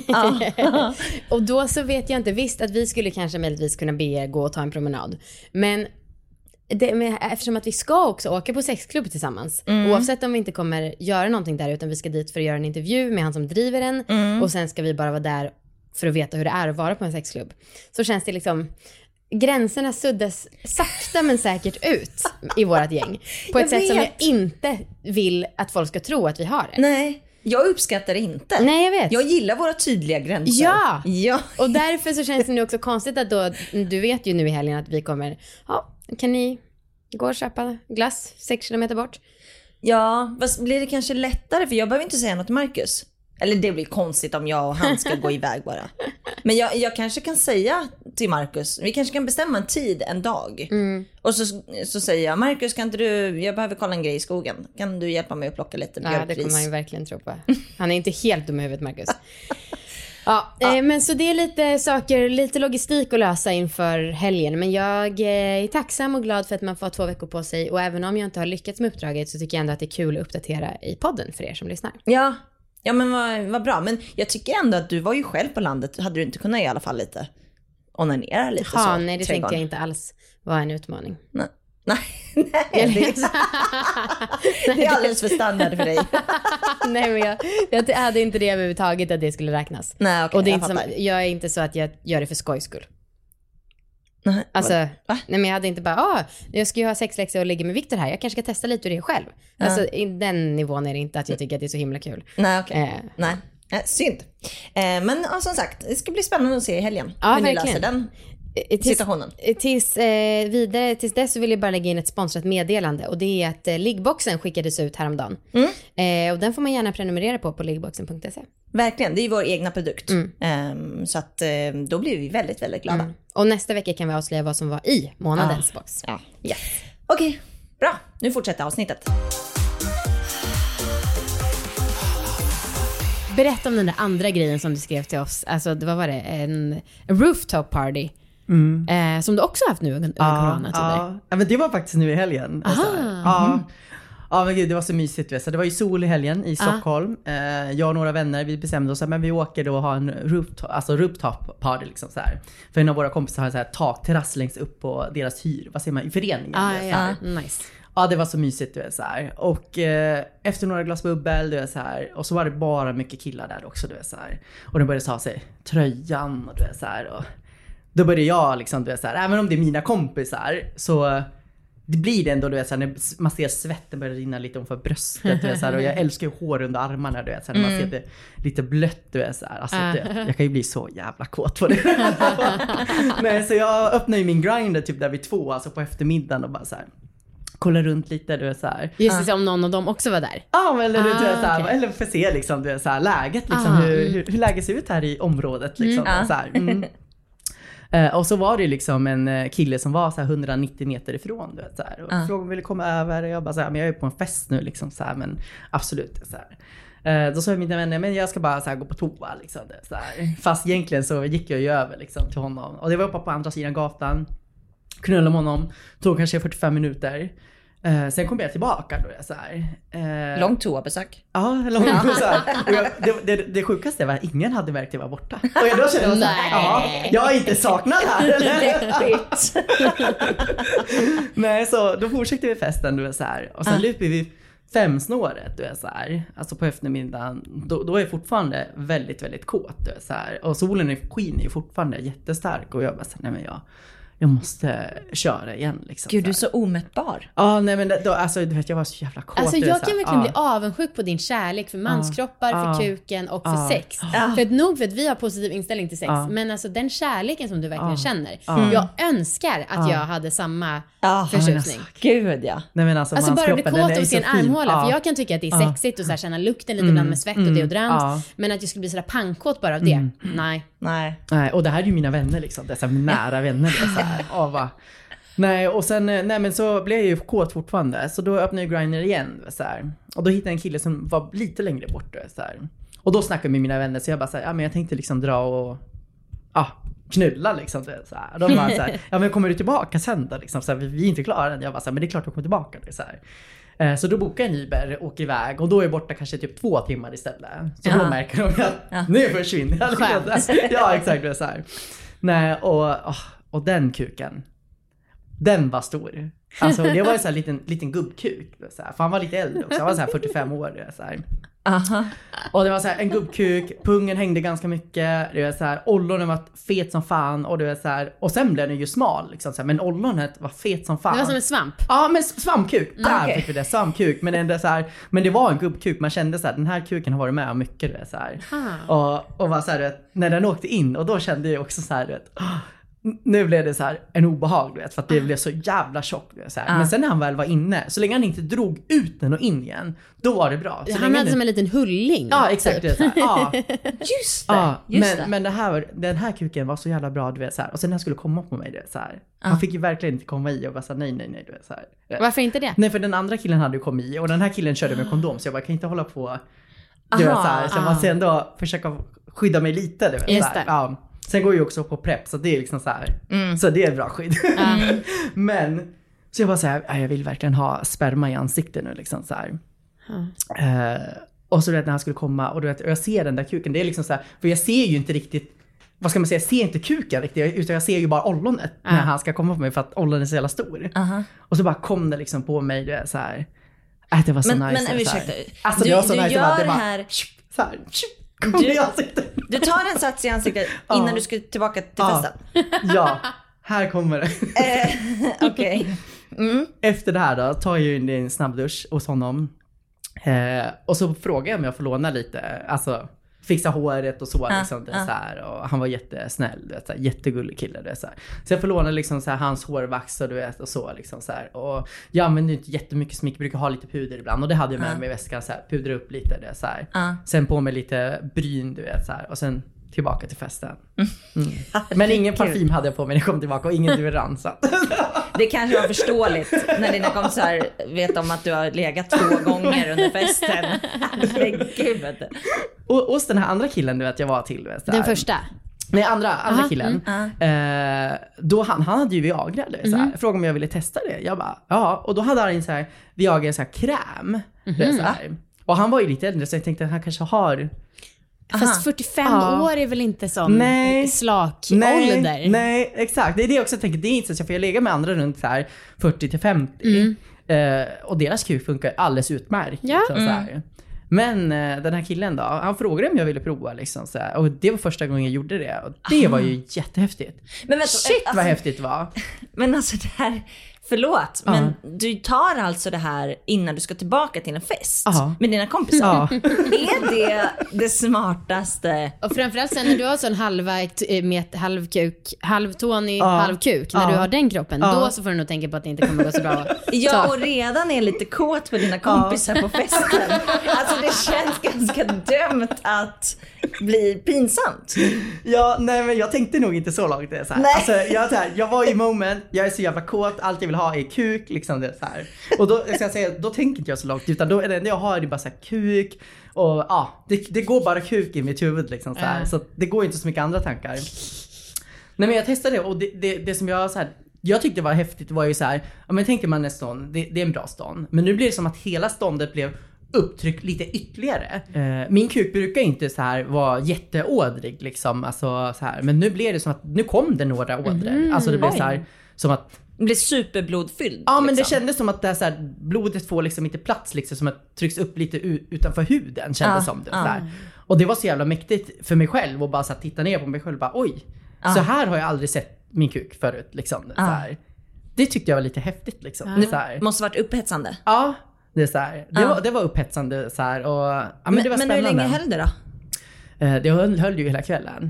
Speaker 2: Och då så vet jag inte, visst att vi skulle kanske möjligtvis kunna be gå och ta en promenad. Men eftersom att vi ska också åka på sexklubb tillsammans, oavsett om vi inte kommer göra någonting där, utan vi ska dit för att göra en intervju med han som driver den, och sen ska vi bara vara där för att veta hur det är att vara på en sexklubb. Så känns det liksom, gränserna suddas sakta men säkert ut i vårat gäng. På ett sätt som jag inte vill att folk ska tro att vi har det.
Speaker 3: Nej. Jag uppskattar det inte.
Speaker 2: Nej, jag vet.
Speaker 3: Jag gillar våra tydliga gränser.
Speaker 2: Ja. Och därför så känns det nu också konstigt att då, du vet ju nu i helgen att vi kommer, kan ni gå och köpa glass 6 kilometer bort? Ja,
Speaker 3: blir det kanske lättare, för jag behöver inte säga något till Marcus. Eller det blir konstigt om jag och han ska gå iväg bara. Men jag kanske kan säga till Marcus, vi kanske kan bestämma en tid, en dag. Och så säger jag, Marcus, kan inte du, jag behöver kolla en grej i skogen. Kan du hjälpa mig att plocka lite björkris?
Speaker 2: Ja, det kommer man ju verkligen tro på. Han är inte helt dum i huvudet, Marcus. Men så det är lite saker, lite logistik att lösa inför helgen. Men jag är tacksam och glad för att man får 2 veckor på sig. Och även om jag inte har lyckats med uppdraget, så tycker jag ändå att det är kul att uppdatera i podden för er som lyssnar.
Speaker 3: Ja, men vad bra. Men jag tycker ändå att du var ju själv på landet. Hade du inte kunnat i alla fall lite onanera lite så?
Speaker 2: Nej, det tänkte jag inte alls var en utmaning.
Speaker 3: Nej, det är alldeles för standard för dig.
Speaker 2: Nej, men jag hade inte det överhuvudtaget att det skulle räknas.
Speaker 3: Nej, okay,
Speaker 2: och det är inte jag är inte så att jag gör det för skojs skull. Alltså, nej, men jag hade inte bara, jag ska ju ha sexläxor och ligga med Victor här. Jag kanske ska testa lite ur det själv. Alltså, i den nivån är det inte att jag tycker att det är så himla kul.
Speaker 3: Nej, okej. Nej, synd. Men som sagt, det ska bli spännande att se i helgen.
Speaker 2: Ja,
Speaker 3: hur ni löser den situationen. Tills dess så vill jag bara lägga in ett sponsrat meddelande. Och det är att liggboxen skickades ut häromdagen. Och den får man gärna prenumerera på liggboxen.se. Verkligen, det är ju vår egna produkt. Så att då blir vi väldigt, väldigt glada.
Speaker 2: Och nästa vecka kan vi avslöja vad som var i månadens box.
Speaker 3: Yes. Okej, bra. Nu fortsätter avsnittet.
Speaker 2: Berätta om den där andra grejen som du skrev till oss. Alltså, vad var det? En rooftop party. Som du också haft nu under coronatider.
Speaker 4: Ja, men det var faktiskt nu i helgen. Ja men gud, det var så mysigt. Så det var ju sol i helgen i Stockholm. Jag och några vänner, vi bestämde oss att vi åker då och ha en rooftop party liksom så här. För en av våra kompisar har en så här takterrass längst upp på deras vad säger man, i föreningen.
Speaker 2: Nice.
Speaker 4: Ja, det var så mysigt, så här. Och efter några glas bubbel, så här. Och så var det bara mycket killar där också, så här. Och de började ta sig tröjan och så här. Och då började jag liksom, så här, även om det är mina kompisar, så det blir det ändå, så här, när man ser svetten börja rinna lite omför bröstet, så här. Och jag älskar ju hår under armarna, så här, när man ser det lite blött, så här. Alltså, jag kan ju bli så jävla kåt på det. Men så jag öppnade ju min Grindr typ där vid 2, alltså på eftermiddagen, och bara så här kolla runt lite, så här.
Speaker 2: Just det, om någon av dem också var där.
Speaker 4: Ja, men eller så här, eller för att se liksom, så här, läget liksom, hur läget ser ut här i området liksom, så här. Och så var det liksom en kille som var så här 190 meter ifrån, så här, och frågade om han ville komma över, och jag bara så här, men jag är på en fest nu liksom, så här, men absolut så här. Då sa jag mina vänner, men jag ska bara så här gå på toa liksom, så här. Fast egentligen så gick jag ju över liksom till honom, och det var uppe på andra sidan gatan. Knullade med honom, tog kanske 45 minuter. Sen kom jag tillbaka då, så här.
Speaker 3: Långt toabesök.
Speaker 4: Ja, långt toabesök. Det sjukaste var att ingen hade märkt att jag var borta. Och jag då kände jag så här, jag är inte saknad här. Nej, så då fortsatte vi festen, så här. Och sen löper vi 5-snåret, så här. Alltså på eftermiddagen. Då är jag fortfarande väldigt, väldigt kåt, så här. Och solen skiner ju fortfarande jättestark. Och jag bara så här, nej men jag måste köra igen liksom.
Speaker 3: Gud, du är så omättbar.
Speaker 4: Ja, nej men då, alltså du vet, jag var så jävla kåt.
Speaker 2: Alltså jag kan verkligen bli avundsjuk på din kärlek för manskroppar, för kuken och för sex. För att vi har positiv inställning till sex, men alltså den kärleken som du verkligen känner. Jag önskar att jag hade samma förtjusning.
Speaker 3: Alltså, gud ja.
Speaker 4: Nej men alltså
Speaker 2: bara bli kåt och se en armhåla, för jag kan tycka att det är sexigt och så här, känna lukten lite ibland med svett och deodorant, men att jag skulle bli sådär pankåt bara av det. Nej,
Speaker 4: och det här är ju mina vänner liksom, dessa nära vänner så här. Nej, och sen men så blev jag ju kåt fortfarande, så då öppnade jag Grindr igen, så här. Och då hittade jag en kille som var lite längre bort, så här. Och då snackade jag med mina vänner, så jag bara så här, men jag tänkte liksom dra och knulla liksom, så här. Och de bara så här, men kommer du tillbaka sen då liksom, så här, vi är inte klara än. Jag bara så här, men det är klart att jag kommer tillbaka, så här. Så då bokar jag en Uber, åker iväg, och då är jag borta kanske typ 2 timmar istället. Så då märker de att nu försvinner jag. Ja, exakt, så här. Nej, och den kuken, den var stor. Alltså det var en sån här liten gubbkuk, så här. För han var lite äldre också, han var så här 45 år, så här. Och det var så här en gubbkuk, pungen hängde ganska mycket, det var så här, ollonen var fet som fan, och det var så här, och sen blev den ju smal liksom, så här, men ollonet var fet som fan.
Speaker 2: Det var som en svamp.
Speaker 4: Ja, men svampkuk. Där fick vi det, svampkuk, men ändå så här, men det var en gubbkuk, man kände så här, den här kuken har varit med om mycket, det så här. Och var så här, vet, när den åkte in, och då kände jag också så här, vet, nu blev det så här en obehag, vet, för att det blev så jävla tjock, så här. Men sen när han väl var inne, så länge han inte drog ut den och in igen, då var det bra. Så
Speaker 2: han hade som en liten hulling.
Speaker 4: Ja, exakt,
Speaker 2: typ.
Speaker 4: det, så här.
Speaker 3: Just det.
Speaker 4: Men den här kuken var så jävla bra, du vet, så här. Och sen när han skulle komma på mig, det, så här. Han fick ju verkligen inte komma i, och bara så här, nej, du vet, så här.
Speaker 2: Varför inte det?
Speaker 4: Nej, för den andra killen hade ju kommit i, och den här killen körde med kondom, så jag bara, kan inte hålla på, du vet, så här. Så jag måste ändå försöka skydda mig lite, du vet,
Speaker 2: just
Speaker 4: så här. Sen går ju också på prep, så det är liksom så här. Så det är bra skydd. Men så jag bara så här, jag vill verkligen ha sperma i ansiktet nu liksom, så här. Och så vet, när han skulle komma, och du vet, och jag ser den där kuken, det är liksom så här, för jag ser ju inte riktigt, vad ska man säga, jag ser inte kuken riktigt, utan jag ser ju bara ollonet när han ska komma på mig, för att ollonet är så jävla stor. Och så bara kom det liksom på mig, det så här. Det var så nice.
Speaker 3: Men ursäkta,
Speaker 4: alltså, det var så nice,
Speaker 3: gör
Speaker 4: det bara,
Speaker 3: här
Speaker 4: så här.
Speaker 3: Du tar en sats i ansiktet innan du ska tillbaka till festen.
Speaker 4: Ja, här kommer det.
Speaker 3: Okej.
Speaker 4: Efter det här då tar jag ju en snabbdusch hos honom. Och så frågar jag om jag får låna lite, alltså fixa håret och så, liksom, det så här, och han var jättesnäll, du vet, så här, jättegullig kille, det så här. Så jag får låna liksom så här, hans hårvax och du vet, och så liksom så här. Och jag använder inte jättemycket smink, brukar ha lite puder ibland, och det hade jag med mig i väskan, så här, pudra upp lite, det så här. Sen på mig lite bryn, du vet, så här, och sen tillbaka till festen. Men ingen parfym hade jag på mig när jag kom tillbaka, och ingen deodorant, så.
Speaker 3: Det kanske var förståeligt när dina kompisar vet om att du har legat 2 gånger under festen. Gud.
Speaker 4: Och hos den här andra killen, du vet, jag var till, vet,
Speaker 2: den första.
Speaker 4: Nej, andra killen. Då han hade ju Viagra. Så här, frågade om jag ville testa det. Jag bara, ja. Och då hade han en så här Viagra så här kräm. Så här. Och han var ju lite äldre så jag tänkte att han kanske har...
Speaker 2: Fast 45 år är väl inte sån slak ålder?
Speaker 4: Nej, exakt. Det är det jag också tänker. Det är inte så att jag lägga med andra runt så här 40-50. Och deras kuk funkar alldeles utmärkt. Ja. Så här. Men den här killen då, han frågade om jag ville prova liksom, så här, och det var första gången jag gjorde det. Och det var ju jättehäftigt. Men vänta, shit vad häftigt det var.
Speaker 3: Men alltså det här... Förlåt, men du tar alltså det här innan du ska tillbaka till en fest med dina kompisar. Är det smartaste?
Speaker 2: Och framförallt sen när du har sån halvtånig halvkuk, när du har den kroppen, då så får du nog tänka på att det inte kommer gå så bra.
Speaker 3: Ja, och redan är lite kåt på dina kompisar på festen. Alltså det känns ganska dömt att bli pinsamt.
Speaker 4: Ja, nej men jag tänkte nog inte så långt det så här. Alltså, jag var i moment, jag är så jävla kåt, allt jag vill ha är kuk liksom det så här. Och då ska jag säga, då tänker inte jag så långt, utan då är det enda jag har är bara så här kuk och det går bara kuk i mitt huvud liksom så här. Så det går inte så mycket andra tankar. Nej men jag testade och det som jag så här, jag tyckte var häftigt var ju så här, ja men tänker man nästan det är en bra stånd, men nu blir det som att hela ståndet blev upptryck lite ytterligare. Min kuk brukar inte så här vara jätteådrig liksom, alltså så här, men nu blev det som att nu kom det några ådror. Alltså det blev så här som att
Speaker 3: det blev superblodfylld.
Speaker 4: Ja, men det kändes som att det så här, blodet får liksom inte plats liksom, som att trycks upp lite utanför huden kändes som det så här. Och det var så jävla mäktigt för mig själv och bara så här, titta ner på mig själv och bara oj. Så här har jag aldrig sett min kuk förut liksom så här. Det tyckte jag var lite häftigt liksom.
Speaker 3: Det så här. Måste varit upphetsande.
Speaker 4: Ja. Det är så här. Det var upphetsande så här och men det var spännande.
Speaker 3: Men hur länge höll det då?
Speaker 4: Det höll ju hela kvällen.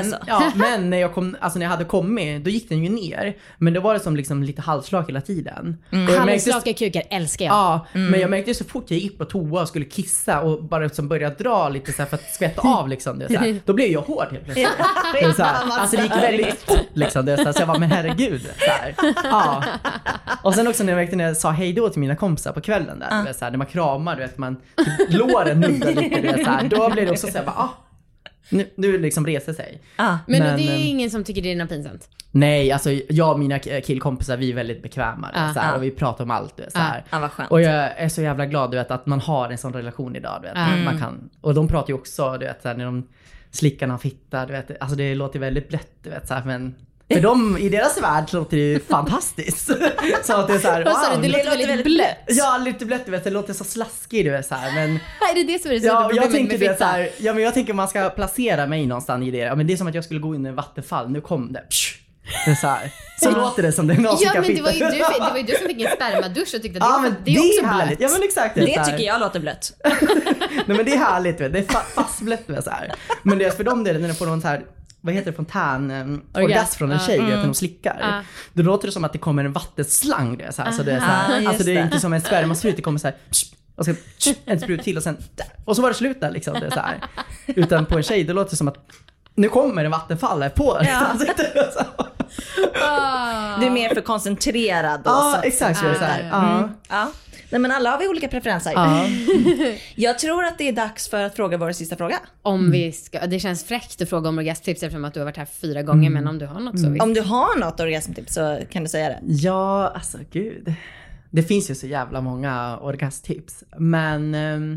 Speaker 4: Men när jag hade kommit, då gick den ju ner. Men då var det som liksom lite halvslag hela tiden.
Speaker 2: Halvslaka kukar älskar jag.
Speaker 4: Ja, men jag märkte så fort jag gick på toa och skulle kissa och bara liksom började dra lite så här för att skvätta av liksom det så här. Då blev jag hård helt plötsligt. Det så här. Alltså det gick väldigt fort liksom det så här. Så jag var men herregud så här. Ja. Och sen också när jag sa hej då till mina kompisar på kvällen där, så här, när man kramar, du vet man låren nuddar lite det så här. Då blev det också så här bara nu liksom reser sig.
Speaker 2: Men det är ingen som tycker det är något pinsamt?
Speaker 4: Nej, alltså jag och mina killkompisar, vi är väldigt bekväma så här, och vi pratar om allt så här.
Speaker 3: Vad skönt.
Speaker 4: Och jag är så jävla glad du vet, att man har en sån relation idag du vet. Man kan, och de pratar ju också du vet, så här, när de slickar någon fitta du vet, alltså det låter väldigt blött du vet så här, men för dem, i deras värld så låter det ju fantastiskt. Så att det är så här,
Speaker 2: wow, det låter väldigt blött.
Speaker 4: Ja, lite blött, du vet, det låter så slaskigt, du vet så här, men
Speaker 2: är det som är det stora problemet
Speaker 4: jag tänker
Speaker 2: med fitta?
Speaker 4: Så här, ja, men jag tänker man ska placera mig någonstans i det. Ja, men det är som att jag skulle gå in i en vattenfall. Nu kom det. Det är så här. Så låter det som det är någon som kan fitta.
Speaker 2: Ja, men det var ju du som fick en spermadusch och tyckte att det är också
Speaker 4: härligt. Ja, men exakt.
Speaker 3: Det tycker jag låter blött.
Speaker 4: Nej, men det är härligt, vet. Det är fastblött så här. Men det är för dem det när de får någon så här, vad heter det, orgasm från en tjej när de slickar. Då låter det som att det kommer en vattenslang det, så här. Så det är så här, alltså det är inte som en spermasprut, det kommer så här och så en sprut till och sen och så var det slut där liksom, det är så här. Utan på en tjej då låter det som att nu kommer en vattenfall på.
Speaker 3: Du är mer för koncentrerad då.
Speaker 4: Ja, exakt så här.
Speaker 3: Ja. Nej, men alla har vi olika preferenser. Jag tror att det är dags för att fråga vår sista fråga.
Speaker 2: Om vi ska, det känns fräckt att fråga om orgasmtips eftersom att du har varit här 4 gånger, men om du har något så visst.
Speaker 3: Om du har något orgasmtips så kan du säga det.
Speaker 4: Ja, alltså gud. Det finns ju så jävla många orgasmtips, men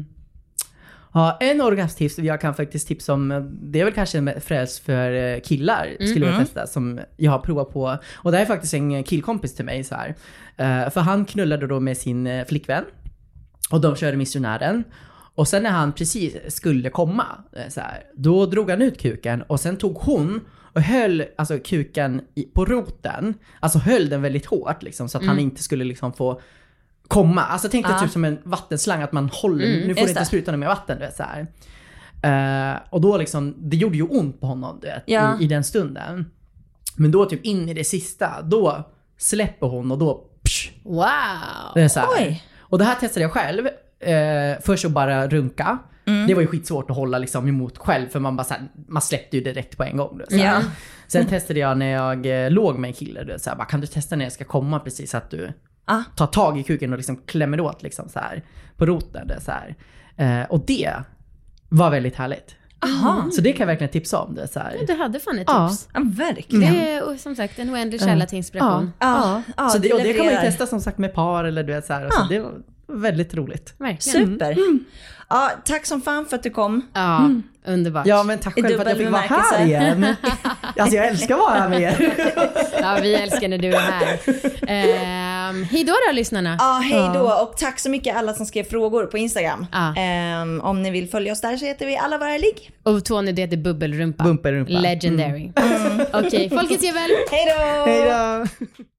Speaker 4: en orgasmtips jag kan faktiskt tipsa om, det är väl kanske fräs för killar skulle jag testa, som jag har provat på. Och det är faktiskt en killkompis till mig så här. För han knullade då med sin flickvän och de körde missionären. Och sen när han precis skulle komma så här, då drog han ut kuken och sen tog hon och höll alltså kuken på roten, alltså höll den väldigt hårt liksom, så att han inte skulle liksom få komma. Alltså tänk dig typ som en vattenslang att man håller, nu får det inte spruta med vatten, du vet så här. Och då liksom, det gjorde ju ont på honom du vet, i den stunden. Men då typ in i det sista, då släpper hon och då
Speaker 2: wow.
Speaker 4: Det är så här. Och det här testade jag själv. Först att bara runka. Det var ju skitsvårt att hålla liksom emot själv, för man bara så här, man släppte ju direkt på en gång då, så här. Sen testade jag när jag låg med en kille då, så här, bara, kan du testa när jag ska komma precis att du tar tag i kuken och liksom klämmer åt liksom så här på roten det, så här. Och det var väldigt härligt. Så det kan jag verkligen tipsa om. Det, så här.
Speaker 2: Du hade fan ett tips.
Speaker 3: Ja, verkligen.
Speaker 2: Det är som sagt en oändlig källa till inspiration.
Speaker 4: Så det kan man ju testa som sagt med par eller du vet så här. Så det var väldigt roligt.
Speaker 2: Verkligen.
Speaker 3: Super. Ja, tack som fan för att du kom.
Speaker 2: Ja, underbart.
Speaker 4: Ja, men tack själv för att jag fick vara här igen. Alltså jag älskar att vara här med er.
Speaker 2: Ja, vi älskar när du är här. Hej då lyssnarna.
Speaker 3: Ja, hej då. Och tack så mycket alla som skrev frågor på Instagram. Om ni vill följa oss där så heter vi Alla Våra Ligg.
Speaker 2: Och Tony, det heter Bubbelrumpa.
Speaker 4: Bumpelrumpa.
Speaker 2: Legendary. Okej, folkets jubel.
Speaker 3: Hej då.
Speaker 4: Hej då.